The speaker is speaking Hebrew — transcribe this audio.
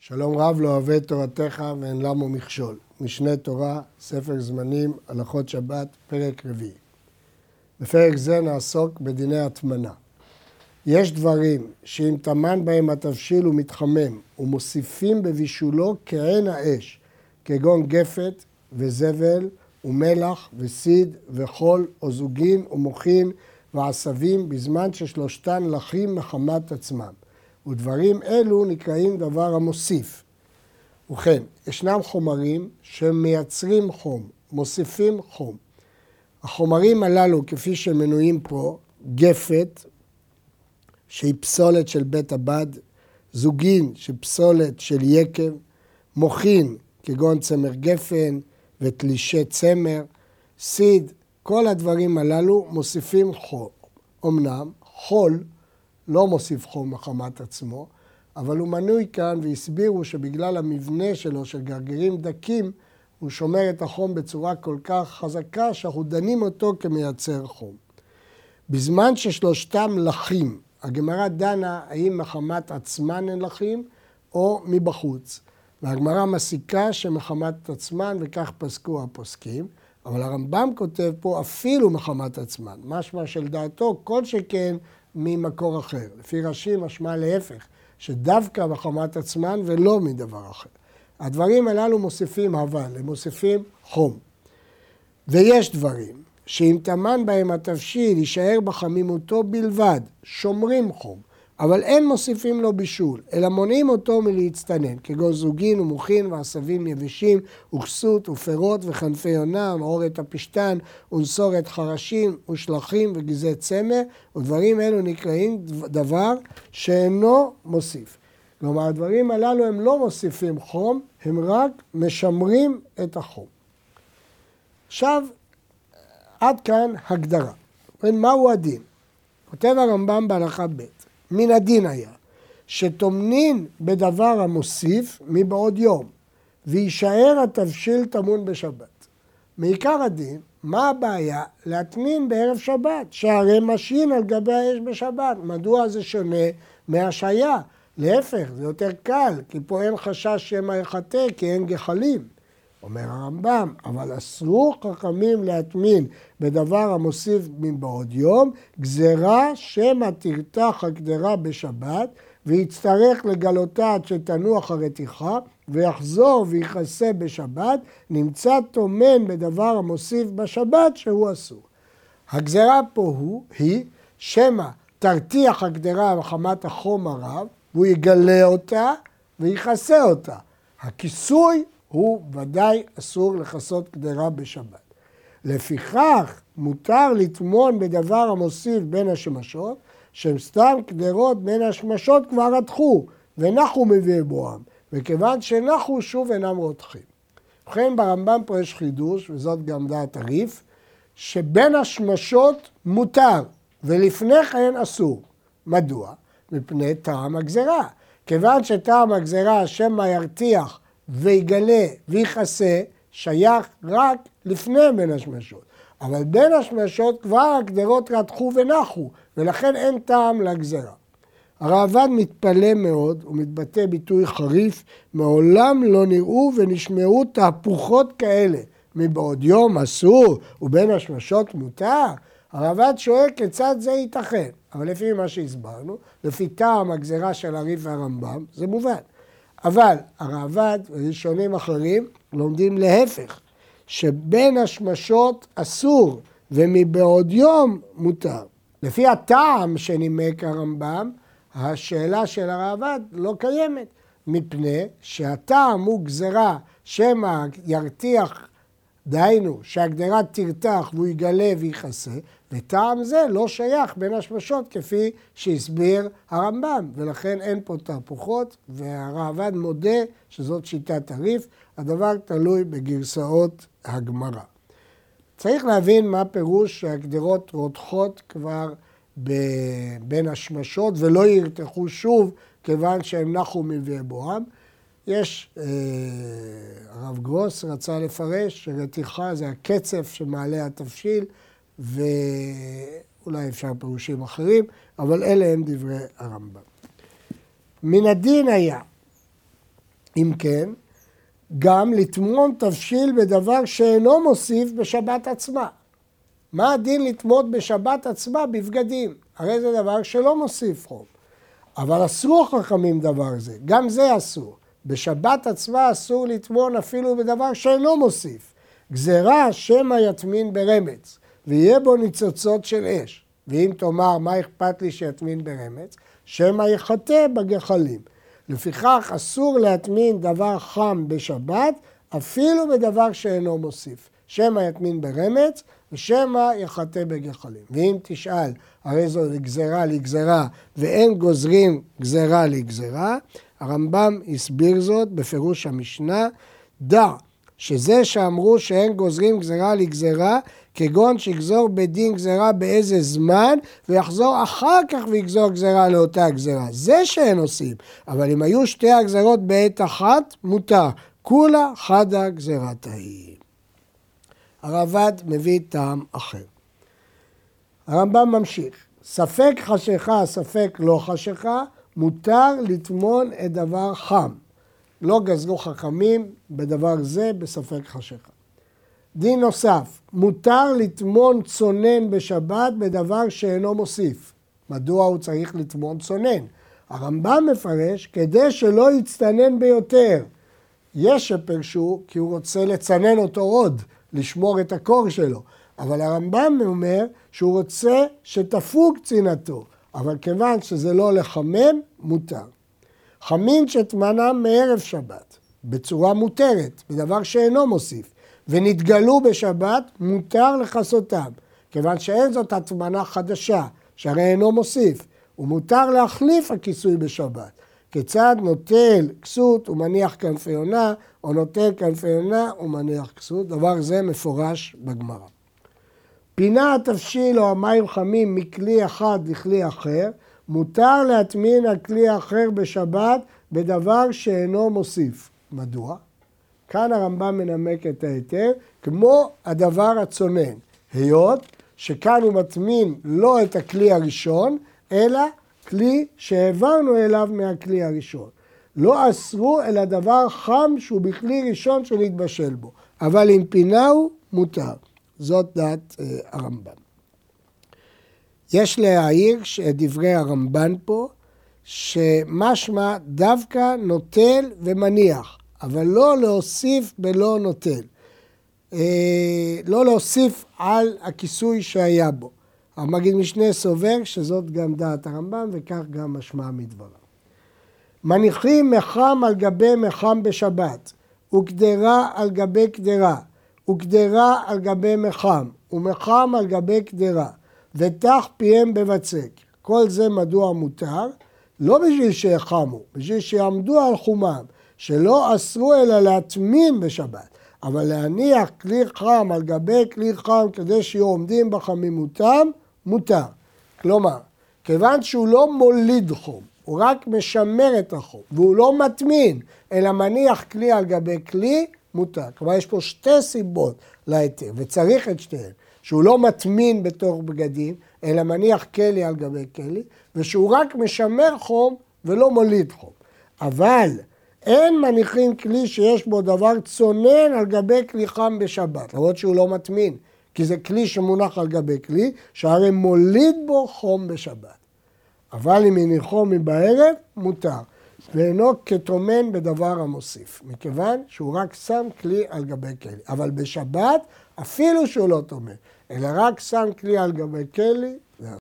שלום רב לא אוהב תורתך ואין למו מכשול. משנה תורה, ספר זמנים, הלכות שבת, פרק רביעי. בפרק זה נעסוק בדיני הטמנה. יש דברים שאם טמן בהם התבשיל ומתחמם ומוסיפים בבישולו כעין האש, כגון גפת וזבל ומלח וסיד וחול או זוגין ומוחין ועשבים בזמן ששלושתן לחים מחמת עצמם. ודברים אלו נקראים דבר המוסיף. ובכן, ישנם חומרים שמייצרים חום, מוסיפים חום. החומרים הללו, כפי שמנויים פה, גפת, שהיא פסולת של בית הבד, זוגין, שפסולת של יקב, מוחין, כגון צמר גפן ותלישי צמר, סיד, כל הדברים הללו מוסיפים חום. אמנם, חול, לא מוסיף חום מחמת עצמו, אבל הוא מנוי כאן והסבירו שבגלל המבנה שלו של גרגירים דקים, הוא שומר את החום בצורה כל כך חזקה שאנחנו דנים אותו כמייצר חום. בזמן ששלושתם לחים, הגמרא דנה האם מחמת עצמן הן לחים או מבחוץ. והגמרא מסיקה שמחמת עצמן וכך פסקו הפוסקים, אבל הרמב"ם כותב פה אפילו מחמת עצמן, משמע של דעתו כל שכן ממקור אחר. לפי רש"י משמע להפך, שדווקא מחמת עצמן ולא מדבר אחר. הדברים הללו מוסיפים אבל, הם מוסיפים חום. ויש דברים שאם טמן בהם התבשיל יישאר בחמימותו בלבד, שומרים חום, אבל אין מוסיפים לו בישול, אלא מונעים אותו מלהצטנן, כגון זוגין ומוחין ועשבים יבשים, וכסות ופירות וכנפי יונה, ועורת הפשתן, ונסורת חרשים ושלחים וגזי צמר, ודברים אלו נקראים דבר שאינו מוסיף. כלומר, הדברים הללו הם לא מוסיפים חום, הם רק משמרים את החום. עכשיו, עד כאן הגדרה. מהו הדין? כותב הרמב"ם בהלכה ב' מן הדין היה שטומנין בדבר המוסיף מבעוד יום ויישאר התבשיל טמון בשבת. מעיקר הדין, מה הבעיה? להטמין בערב שבת, שהרי משין על גבי האש בשבת. מדוע זה שונה מהשהיה? להפך, זה יותר קל, כי פה אין חשש שמא יחטא, כי אין גחלים. אומר הרמב"ם, אבל אסרו חכמים להטמין בדבר המוסיף מבעוד יום, גזרה שמא תרתח הגדרה בשבת, ויצטרך לגלותה עד שתנוח הרתיחה, ויחזור ויכסה בשבת, נמצא טומן בדבר המוסיף בשבת שהוא אסור. הגזרה פה היא שמא תרתיח הגדרה מחמת החום הרב, והוא יגלה אותה ויכסה אותה. הכיסוי הוא ודאי אסור לכסות גדרה בשבת. לפיכך מותר לטמון בדבר המוסיף בין השמשות, שהם סתם גדרות בין השמשות כבר רתחו ונחו מביא בואם, וכיוון שנחו שוב אינם רותחים. ובכן ברמב"ם פה יש חידוש, וזאת גם דעת הריף, שבין השמשות מותר ולפני כן אסור. מדוע? מפני טעם הגזרה. כיוון שטעם הגזרה שמא ירתיח ויגלה ויכסה, שייך רק לפני בין השמשות. אבל בין השמשות כבר הגדרות רתחו ונחו, ולכן אין טעם לגזרה. הראב"ד מתפלא מאוד ומתבטא ביטוי חריף, מעולם לא נראו ונשמעו תהפוכות כאלה. מבעוד יום אסור ובין השמשות מותר? הראב"ד שואל כיצד זה ייתכן, אבל לפי מה שהסברנו, לפי טעם הגזרה של הריף והרמב"ם, זה מובן. אבל הראב"ד וראשונים אחרים לומדים להפך, שבין השמשות אסור ומבעוד יום מותר. לפי הטעם שנימק הרמב"ם, השאלה של הראב"ד לא קיימת, מפני שהטעם הוא גזרה שמא ירתיח, דהיינו שהגדרה תרתח והוא יגלה ויכסה, וטעם זה לא שייך בין השמשות כפי שהסביר הרמב"ם, ולכן אין פה תהפוכות, והראב"ד מודה שזאת שיטת הריף, הדבר תלוי בגרסאות הגמרא. צריך להבין מה פירוש שהגדרות רותחות כבר בין השמשות ולא ירתחו שוב כיוון שהם נחו מביא בואם. יש, הרב גרוס רצה לפרש שרתיחה זה הקצף שמעלה התבשיל, ואולי אפשר פירושים אחרים, אבל אלה הם דברי הרמב"ם. מן הדין היה אם כן, גם לטמון תבשיל בדבר שאינו מוסיף בשבת עצמה. מה הדין לטמון בשבת עצמה בבגדים? הרי זה דבר שלא מוסיף חום. אבל אסור חכמים דבר זה, גם זה אסור. בשבת עצמה אסור לטמון אפילו בדבר שאינו מוסיף. גזירה שמא יטמין ברמץ, ויהיה בו ניצוצות של אש. ואם תאמר, מה אכפת לי שיטמין ברמץ? שמא יחטא בגחלים. לפיכך אסור להטמין דבר חם בשבת, אפילו בדבר שאינו מוסיף. שמא יטמין ברמץ, ושמא יחטא בגחלים. ואם תשאל, הרי זו גזירה לגזירה, ואין גוזרים גזירה לגזירה, הרמב"ם הסביר זאת בפירוש המשנה, דע שזה שאמרו שאין גוזרים גזירה לגזירה, כגון שיגזור בדין גזירה באיזה זמן, ויחזור אחר כך ויגזור גזירה לאותה גזירה. זה שאין עושים, אבל אם היו שתי הגזירות בעת אחת, מותר. כולה חדה גזירת ההיא. הרב"ד מביא טעם אחר. הרמב"ם ממשיך, ספק חשיכה, ספק לא חשיכה, מותר לטמון את דבר חם. לא גזרו חכמים בדבר זה בספק חשיכה. דין נוסף, מותר לטמון צונן בשבת בדבר שאינו מוסיף. מדוע הוא צריך לטמון צונן? הרמב"ם מפרש כדי שלא יצטנן ביותר. יש שפרשו כי הוא רוצה לצנן אותו עוד, לשמור את הקור שלו. אבל הרמב"ם אומר שהוא רוצה שתפוג צינתו, אבל כיוון שזה לא לחמם, מותר. חמין שטמנם מערב שבת, בצורה מותרת, בדבר שאינו מוסיף, ונתגלו בשבת, מותר לכסותם, כיוון שאין זאת הטמנה חדשה, שהרי אינו מוסיף, ומותר להחליף הכיסוי בשבת. כיצד נוטל כסות ומניח כנפי יונה, או נוטל כנפי יונה ומניח כסות, דבר זה מפורש בגמרא. פינה התבשיל או המים חמים מכלי אחד לכלי אחר, מותר להטמין על כלי אחר בשבת בדבר שאינו מוסיף. מדוע? כאן הרמב"ם מנמק את ההיתר, כמו הדבר הצונן, היות שכאן הוא מטמין לא את הכלי הראשון, אלא כלי שהעברנו אליו מהכלי הראשון. לא אסרו אלא דבר חם שהוא בכלי ראשון שנתבשל בו, אבל אם פינהו מותר. זאת דעת הרמב"ם. יש להעיר שדברי הרמב"ן פה, שמשמע דווקא נוטל ומניח, אבל לא להוסיף בלא נוטל. לא להוסיף על הכיסוי שהיה בו. המגיד משנה סובר שזאת גם דעת הרמב"ם וכך גם משמע מדבריו. מניחים מחם על גבי מחם בשבת, וקדרה על גבי קדרה, וקדרה על גבי מחם, ומחם על גבי קדרה, ותח פיהם בבצק. כל זה מדוע מותר? לא בשביל שיחמו, בשביל שיעמדו על חומם, שלא אסרו אלא להטמין בשבת, אבל להניח כלי חם על גבי כלי חם כדי שיהיו עומדים בחמימותם, מותר. כלומר, כיוון שהוא לא מוליד חום, הוא רק משמר את החום, והוא לא מטמין, אלא מניח כלי על גבי כלי, מותר. כלומר, יש פה שתי סיבות להיתר, וצריך את שתיהן. שהוא לא מטמין בתוך בגדים, אלא מניח כלי על גבי כלי, ושהוא רק משמר חום ולא מוליד חום. אבל אין מניחים כלי שיש בו דבר צונן על גבי כלי חם בשבת, למרות שהוא לא מטמין, כי זה כלי שמונח על גבי כלי, שהרי מוליד בו חום בשבת. אבל אם הניחו מבערב, מותר. ואינו כתומן בדבר המוסיף, מכיוון שהוא רק שם כלי על גבי כלי. אבל בשבת, אפילו שהוא לא תומן, אלא רק שם כלי על גבי כלי,